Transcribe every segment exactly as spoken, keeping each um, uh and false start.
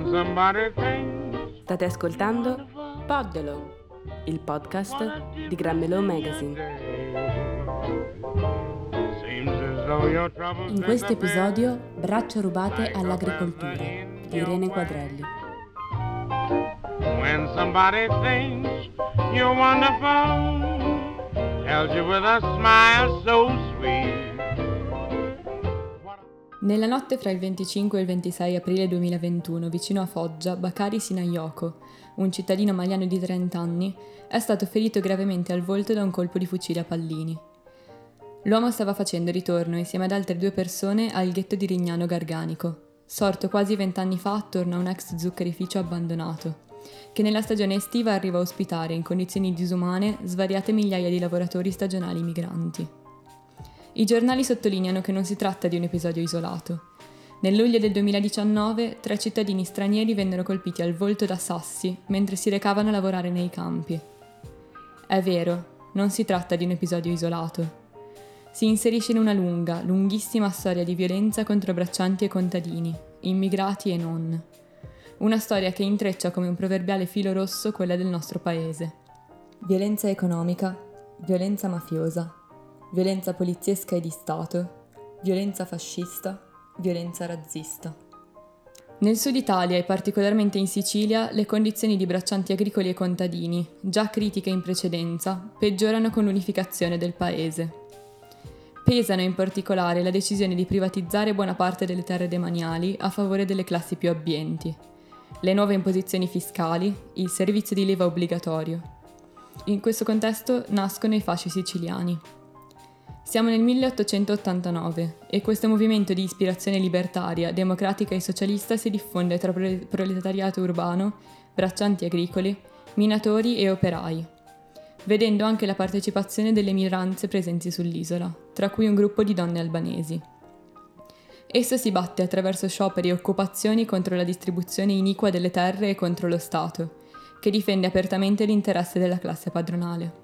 somebody thinks. State ascoltando Poddelo, il podcast di Grammelò Magazine. In questo episodio, braccia rubate all'agricoltura di Irene Quadrelli. When somebody thinks you're wonderful, tells you with a smile so sweet. Nella notte fra il venticinque e il ventisei aprile duemilaventuno, vicino a Foggia, Bakari Sinayoko, un cittadino maliano di trenta anni, è stato ferito gravemente al volto da un colpo di fucile a pallini. L'uomo stava facendo ritorno insieme ad altre due persone al ghetto di Rignano Garganico, sorto quasi vent'anni fa attorno a un ex zuccherificio abbandonato, che nella stagione estiva arriva a ospitare in condizioni disumane svariate migliaia di lavoratori stagionali migranti. I giornali sottolineano che non si tratta di un episodio isolato. Nel luglio del duemiladiciannove, tre cittadini stranieri vennero colpiti al volto da sassi mentre si recavano a lavorare nei campi. È vero, non si tratta di un episodio isolato. Si inserisce in una lunga, lunghissima storia di violenza contro braccianti e contadini, immigrati e non. Una storia che intreccia come un proverbiale filo rosso quella del nostro paese. Violenza economica, violenza mafiosa, violenza poliziesca e di Stato, violenza fascista, violenza razzista. Nel sud Italia e particolarmente in Sicilia, le condizioni di braccianti agricoli e contadini, già critiche in precedenza, peggiorano con l'unificazione del paese. Pesano in particolare la decisione di privatizzare buona parte delle terre demaniali a favore delle classi più abbienti, le nuove imposizioni fiscali, il servizio di leva obbligatorio. In questo contesto nascono i fasci siciliani. Siamo nel milleottocentottantanove e questo movimento di ispirazione libertaria, democratica e socialista si diffonde tra proletariato urbano, braccianti agricoli, minatori e operai, vedendo anche la partecipazione delle minoranze presenti sull'isola, tra cui un gruppo di donne albanesi. Esso si batte attraverso scioperi e occupazioni contro la distribuzione iniqua delle terre e contro lo Stato, che difende apertamente l'interesse della classe padronale.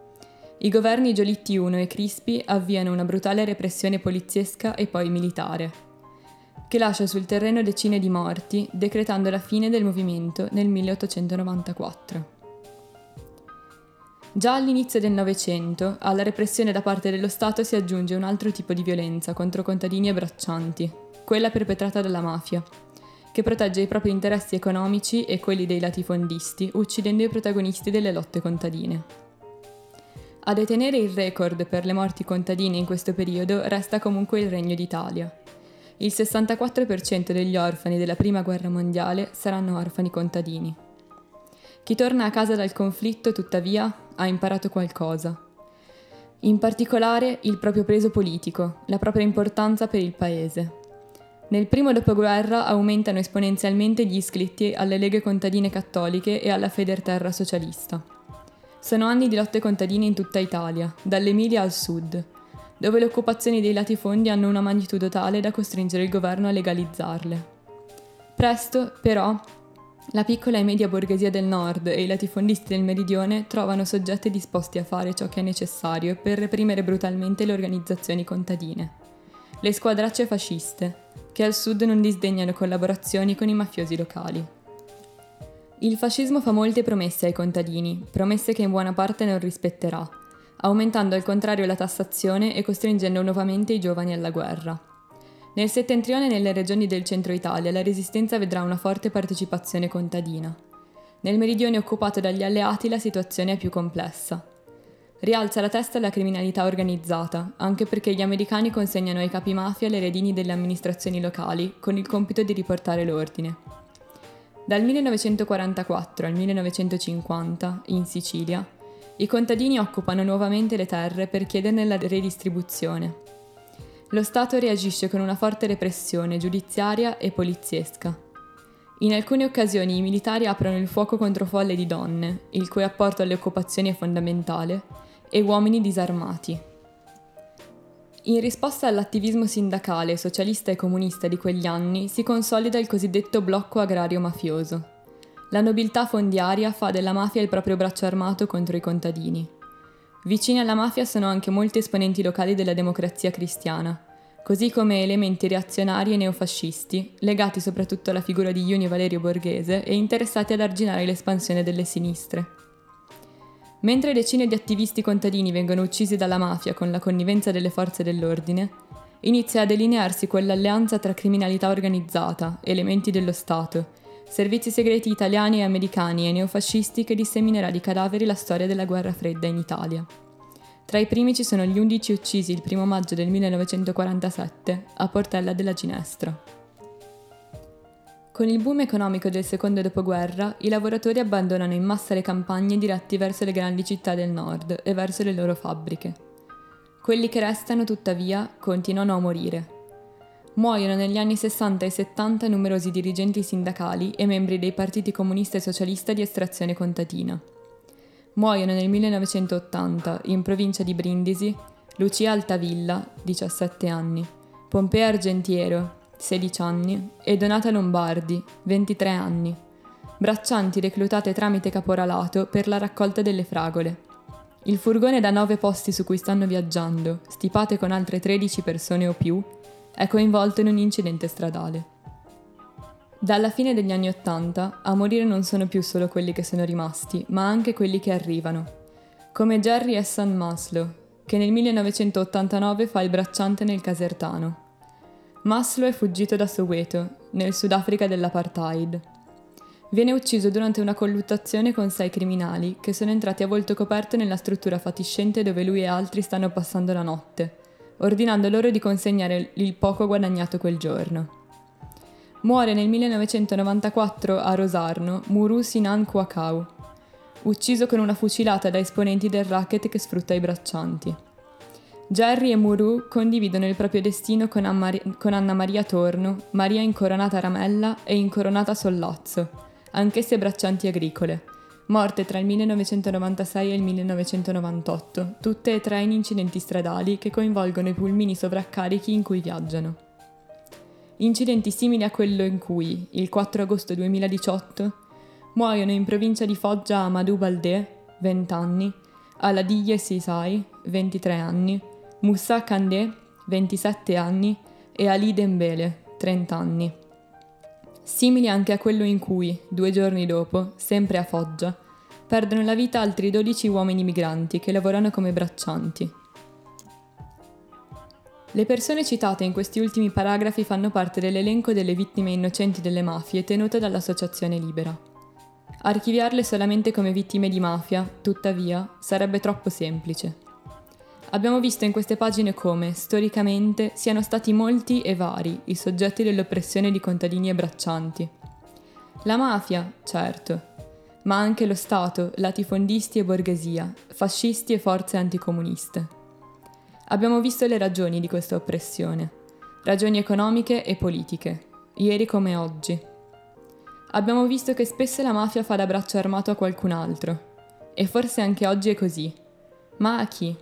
I governi Giolitti uno e Crispi avviano una brutale repressione poliziesca e poi militare, che lascia sul terreno decine di morti, decretando la fine del movimento nel milleottocentonovantaquattro. Già all'inizio del Novecento, alla repressione da parte dello Stato si aggiunge un altro tipo di violenza contro contadini e braccianti, quella perpetrata dalla mafia, che protegge i propri interessi economici e quelli dei latifondisti, uccidendo i protagonisti delle lotte contadine. A detenere il record per le morti contadine in questo periodo resta comunque il Regno d'Italia. Il sessantaquattro per cento degli orfani della Prima Guerra Mondiale saranno orfani contadini. Chi torna a casa dal conflitto, tuttavia, ha imparato qualcosa. In particolare il proprio peso politico, la propria importanza per il paese. Nel primo dopoguerra aumentano esponenzialmente gli iscritti alle leghe contadine cattoliche e alla Federterra socialista. Sono anni di lotte contadine in tutta Italia, dall'Emilia al sud, dove le occupazioni dei latifondi hanno una magnitudo tale da costringere il governo a legalizzarle. Presto, però, la piccola e media borghesia del nord e i latifondisti del meridione trovano soggetti disposti a fare ciò che è necessario per reprimere brutalmente le organizzazioni contadine, le squadracce fasciste, che al sud non disdegnano collaborazioni con i mafiosi locali. Il fascismo fa molte promesse ai contadini, promesse che in buona parte non rispetterà, aumentando al contrario la tassazione e costringendo nuovamente i giovani alla guerra. Nel settentrione e nelle regioni del centro Italia la resistenza vedrà una forte partecipazione contadina. Nel meridione occupato dagli alleati la situazione è più complessa. Rialza la testa la criminalità organizzata, anche perché gli americani consegnano ai capi mafia le redini delle amministrazioni locali con il compito di riportare l'ordine. Dal millenovecentoquarantaquattro al millenovecentocinquanta, in Sicilia, i contadini occupano nuovamente le terre per chiederne la redistribuzione. Lo Stato reagisce con una forte repressione giudiziaria e poliziesca. In alcune occasioni i militari aprono il fuoco contro folle di donne, il cui apporto alle occupazioni è fondamentale, e uomini disarmati. In risposta all'attivismo sindacale, socialista e comunista di quegli anni si consolida il cosiddetto blocco agrario mafioso. La nobiltà fondiaria fa della mafia il proprio braccio armato contro i contadini. Vicini alla mafia sono anche molti esponenti locali della Democrazia Cristiana, così come elementi reazionari e neofascisti, legati soprattutto alla figura di Junio Valerio Borghese e interessati ad arginare l'espansione delle sinistre. Mentre decine di attivisti contadini vengono uccisi dalla mafia con la connivenza delle forze dell'ordine, inizia a delinearsi quell'alleanza tra criminalità organizzata, elementi dello Stato, servizi segreti italiani e americani e neofascisti che disseminerà di cadaveri la storia della guerra fredda in Italia. Tra i primi ci sono gli undici uccisi il primo maggio del millenovecentoquarantasette a Portella della Ginestra. Con il boom economico del secondo dopoguerra, i lavoratori abbandonano in massa le campagne diretti verso le grandi città del nord e verso le loro fabbriche. Quelli che restano, tuttavia, continuano a morire. Muoiono negli anni sessanta e settanta numerosi dirigenti sindacali e membri dei partiti comunista e socialista di estrazione contadina. Muoiono nel millenovecentottanta, in provincia di Brindisi, Lucia Altavilla, diciassette anni, Pompea Argentiero, sedici anni, e Donata Lombardi, ventitré anni, braccianti reclutate tramite caporalato per la raccolta delle fragole. Il furgone da nove posti su cui stanno viaggiando, stipate con altre tredici persone o più, è coinvolto in un incidente stradale. Dalla fine degli anni Ottanta, a morire non sono più solo quelli che sono rimasti, ma anche quelli che arrivano, come Jerry Hassan Maslow, che nel millenovecentottantanove fa il bracciante nel Casertano. Maslow è fuggito da Soweto, nel Sudafrica dell'apartheid. Viene ucciso durante una colluttazione con sei criminali che sono entrati a volto coperto nella struttura fatiscente dove lui e altri stanno passando la notte, ordinando loro di consegnare il poco guadagnato quel giorno. Muore nel millenovecentonovantaquattro a Rosarno Muru Sinan Kouakao, ucciso con una fucilata da esponenti del racket che sfrutta i braccianti. Jerry e Muru condividono il proprio destino con, Ammar- con Anna Maria Torno, Maria Incoronata Ramella e Incoronata Sollazzo, anch'esse braccianti agricole, morte tra il millenovecentonovantasei e il millenovecentonovantotto, tutte e tre in incidenti stradali che coinvolgono i pulmini sovraccarichi in cui viaggiano. Incidenti simili a quello in cui, il quattro agosto duemiladiciotto, muoiono in provincia di Foggia Amadou Baldé, venti anni, Aladiye Sisai, ventitré anni, Moussa Kandé, ventisette anni, e Ali Dembele, trenta anni. Simili anche a quello in cui, due giorni dopo, sempre a Foggia, perdono la vita altri dodici uomini migranti che lavorano come braccianti. Le persone citate in questi ultimi paragrafi fanno parte dell'elenco delle vittime innocenti delle mafie tenute dall'Associazione Libera. Archiviarle solamente come vittime di mafia, tuttavia, sarebbe troppo semplice. Abbiamo visto in queste pagine come, storicamente, siano stati molti e vari i soggetti dell'oppressione di contadini e braccianti. La mafia, certo, ma anche lo Stato, latifondisti e borghesia, fascisti e forze anticomuniste. Abbiamo visto le ragioni di questa oppressione, ragioni economiche e politiche, ieri come oggi. Abbiamo visto che spesso la mafia fa da braccio armato a qualcun altro, e forse anche oggi è così. Ma a chi?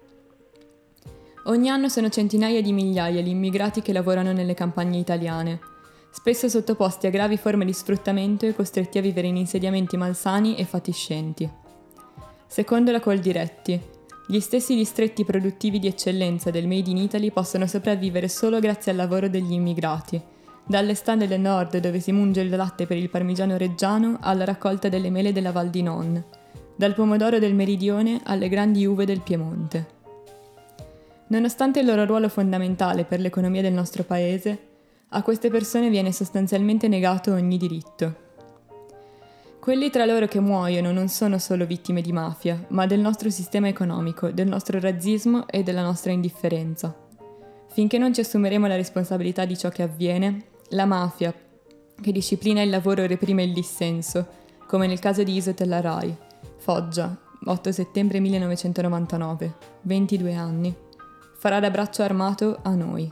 Ogni anno sono centinaia di migliaia gli immigrati che lavorano nelle campagne italiane, spesso sottoposti a gravi forme di sfruttamento e costretti a vivere in insediamenti malsani e fatiscenti. Secondo la Coldiretti, gli stessi distretti produttivi di eccellenza del Made in Italy possono sopravvivere solo grazie al lavoro degli immigrati, dalle stande del nord dove si munge il latte per il parmigiano reggiano alla raccolta delle mele della Val di Non, dal pomodoro del meridione alle grandi uve del Piemonte. Nonostante il loro ruolo fondamentale per l'economia del nostro paese, a queste persone viene sostanzialmente negato ogni diritto. Quelli tra loro che muoiono non sono solo vittime di mafia, ma del nostro sistema economico, del nostro razzismo e della nostra indifferenza. Finché non ci assumeremo la responsabilità di ciò che avviene, la mafia, che disciplina il lavoro e reprime il dissenso, come nel caso di Isotel alla Rai, Foggia, otto settembre millenovecentonovantanove, ventidue anni, farà da braccio armato a noi.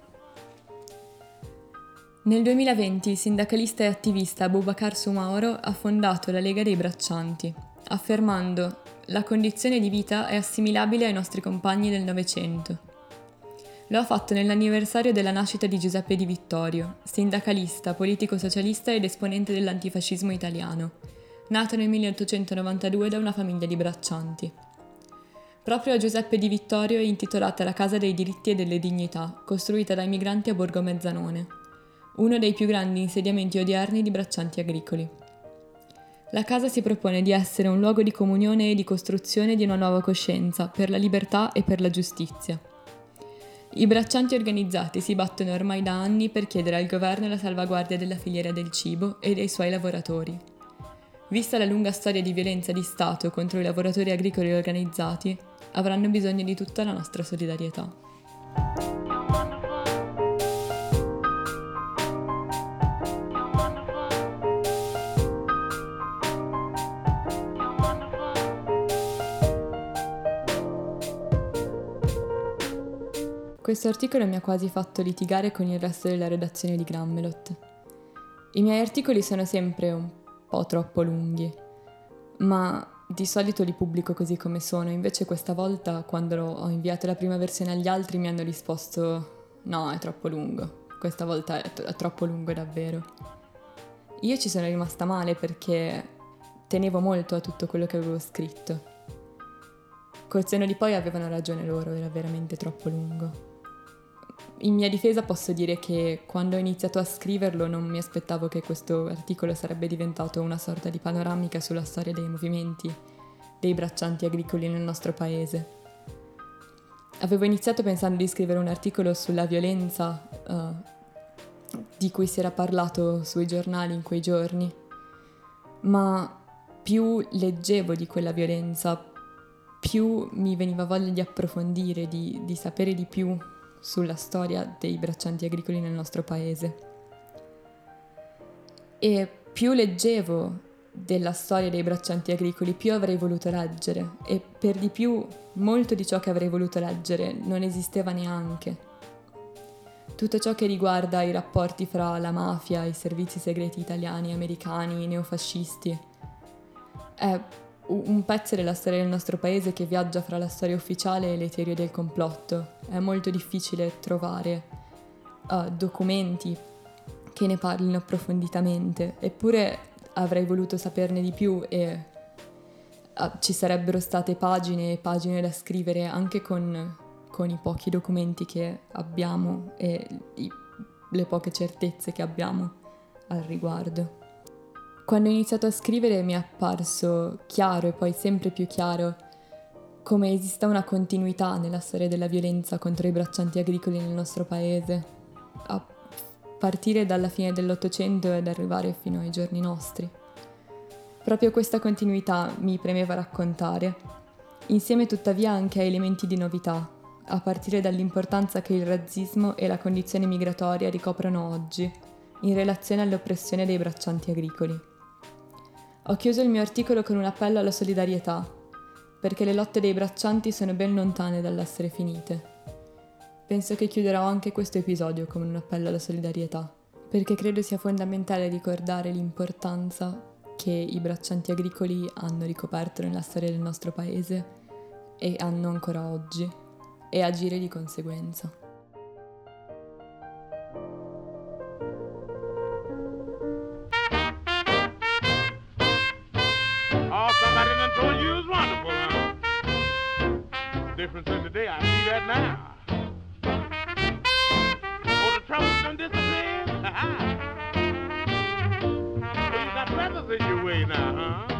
Nel duemilaventi il sindacalista e attivista Boubacar Soumaoro ha fondato la Lega dei Braccianti, affermando «La condizione di vita è assimilabile ai nostri compagni del Novecento». Lo ha fatto nell'anniversario della nascita di Giuseppe Di Vittorio, sindacalista, politico socialista ed esponente dell'antifascismo italiano, nato nel milleottocentonovantadue da una famiglia di braccianti. Proprio a Giuseppe Di Vittorio è intitolata la Casa dei diritti e delle dignità, costruita dai migranti a Borgo Mezzanone, uno dei più grandi insediamenti odierni di braccianti agricoli. La casa si propone di essere un luogo di comunione e di costruzione di una nuova coscienza per la libertà e per la giustizia. I braccianti organizzati si battono ormai da anni per chiedere al governo la salvaguardia della filiera del cibo e dei suoi lavoratori. Vista la lunga storia di violenza di Stato contro i lavoratori agricoli organizzati, avranno bisogno di tutta la nostra solidarietà. Questo articolo mi ha quasi fatto litigare con il resto della redazione di Grammelot. I miei articoli sono sempre un po' troppo lunghi, ma di solito li pubblico così come sono, invece questa volta, quando ho inviato la prima versione agli altri, mi hanno risposto no, è troppo lungo, questa volta è, t- è troppo lungo davvero. Io ci sono rimasta male perché tenevo molto a tutto quello che avevo scritto. Col senno di poi avevano ragione loro, era veramente troppo lungo. In mia difesa posso dire che quando ho iniziato a scriverlo non mi aspettavo che questo articolo sarebbe diventato una sorta di panoramica sulla storia dei movimenti dei braccianti agricoli nel nostro paese. Avevo iniziato pensando di scrivere un articolo sulla violenza uh, di cui si era parlato sui giornali in quei giorni, ma più leggevo di quella violenza, più mi veniva voglia di approfondire, di, di sapere di più sulla storia dei braccianti agricoli nel nostro paese. E più leggevo della storia dei braccianti agricoli, più avrei voluto leggere, e per di più molto di ciò che avrei voluto leggere non esisteva neanche. Tutto ciò che riguarda i rapporti fra la mafia, i servizi segreti italiani, americani, i neofascisti, è un pezzo della storia del nostro paese che viaggia fra la storia ufficiale e le teorie del complotto. È molto difficile trovare uh, documenti che ne parlino approfonditamente, eppure avrei voluto saperne di più e uh, ci sarebbero state pagine e pagine da scrivere anche con, con i pochi documenti che abbiamo e i, le poche certezze che abbiamo al riguardo. Quando ho iniziato a scrivere mi è apparso chiaro e poi sempre più chiaro come esista una continuità nella storia della violenza contro i braccianti agricoli nel nostro paese, a partire dalla fine dell'Ottocento ed arrivare fino ai giorni nostri. Proprio questa continuità mi premeva raccontare, insieme tuttavia anche a elementi di novità, a partire dall'importanza che il razzismo e la condizione migratoria ricoprono oggi in relazione all'oppressione dei braccianti agricoli. Ho chiuso il mio articolo con un appello alla solidarietà, perché le lotte dei braccianti sono ben lontane dall'essere finite. Penso che chiuderò anche questo episodio con un appello alla solidarietà, perché credo sia fondamentale ricordare l'importanza che i braccianti agricoli hanno ricoperto nella storia del nostro paese e hanno ancora oggi, e agire di conseguenza. Told you it was wonderful, huh? Difference in the day, I see that now. Oh, the troubles done disappeared? Ha-ha. Oh, you got feathers in your way now, huh?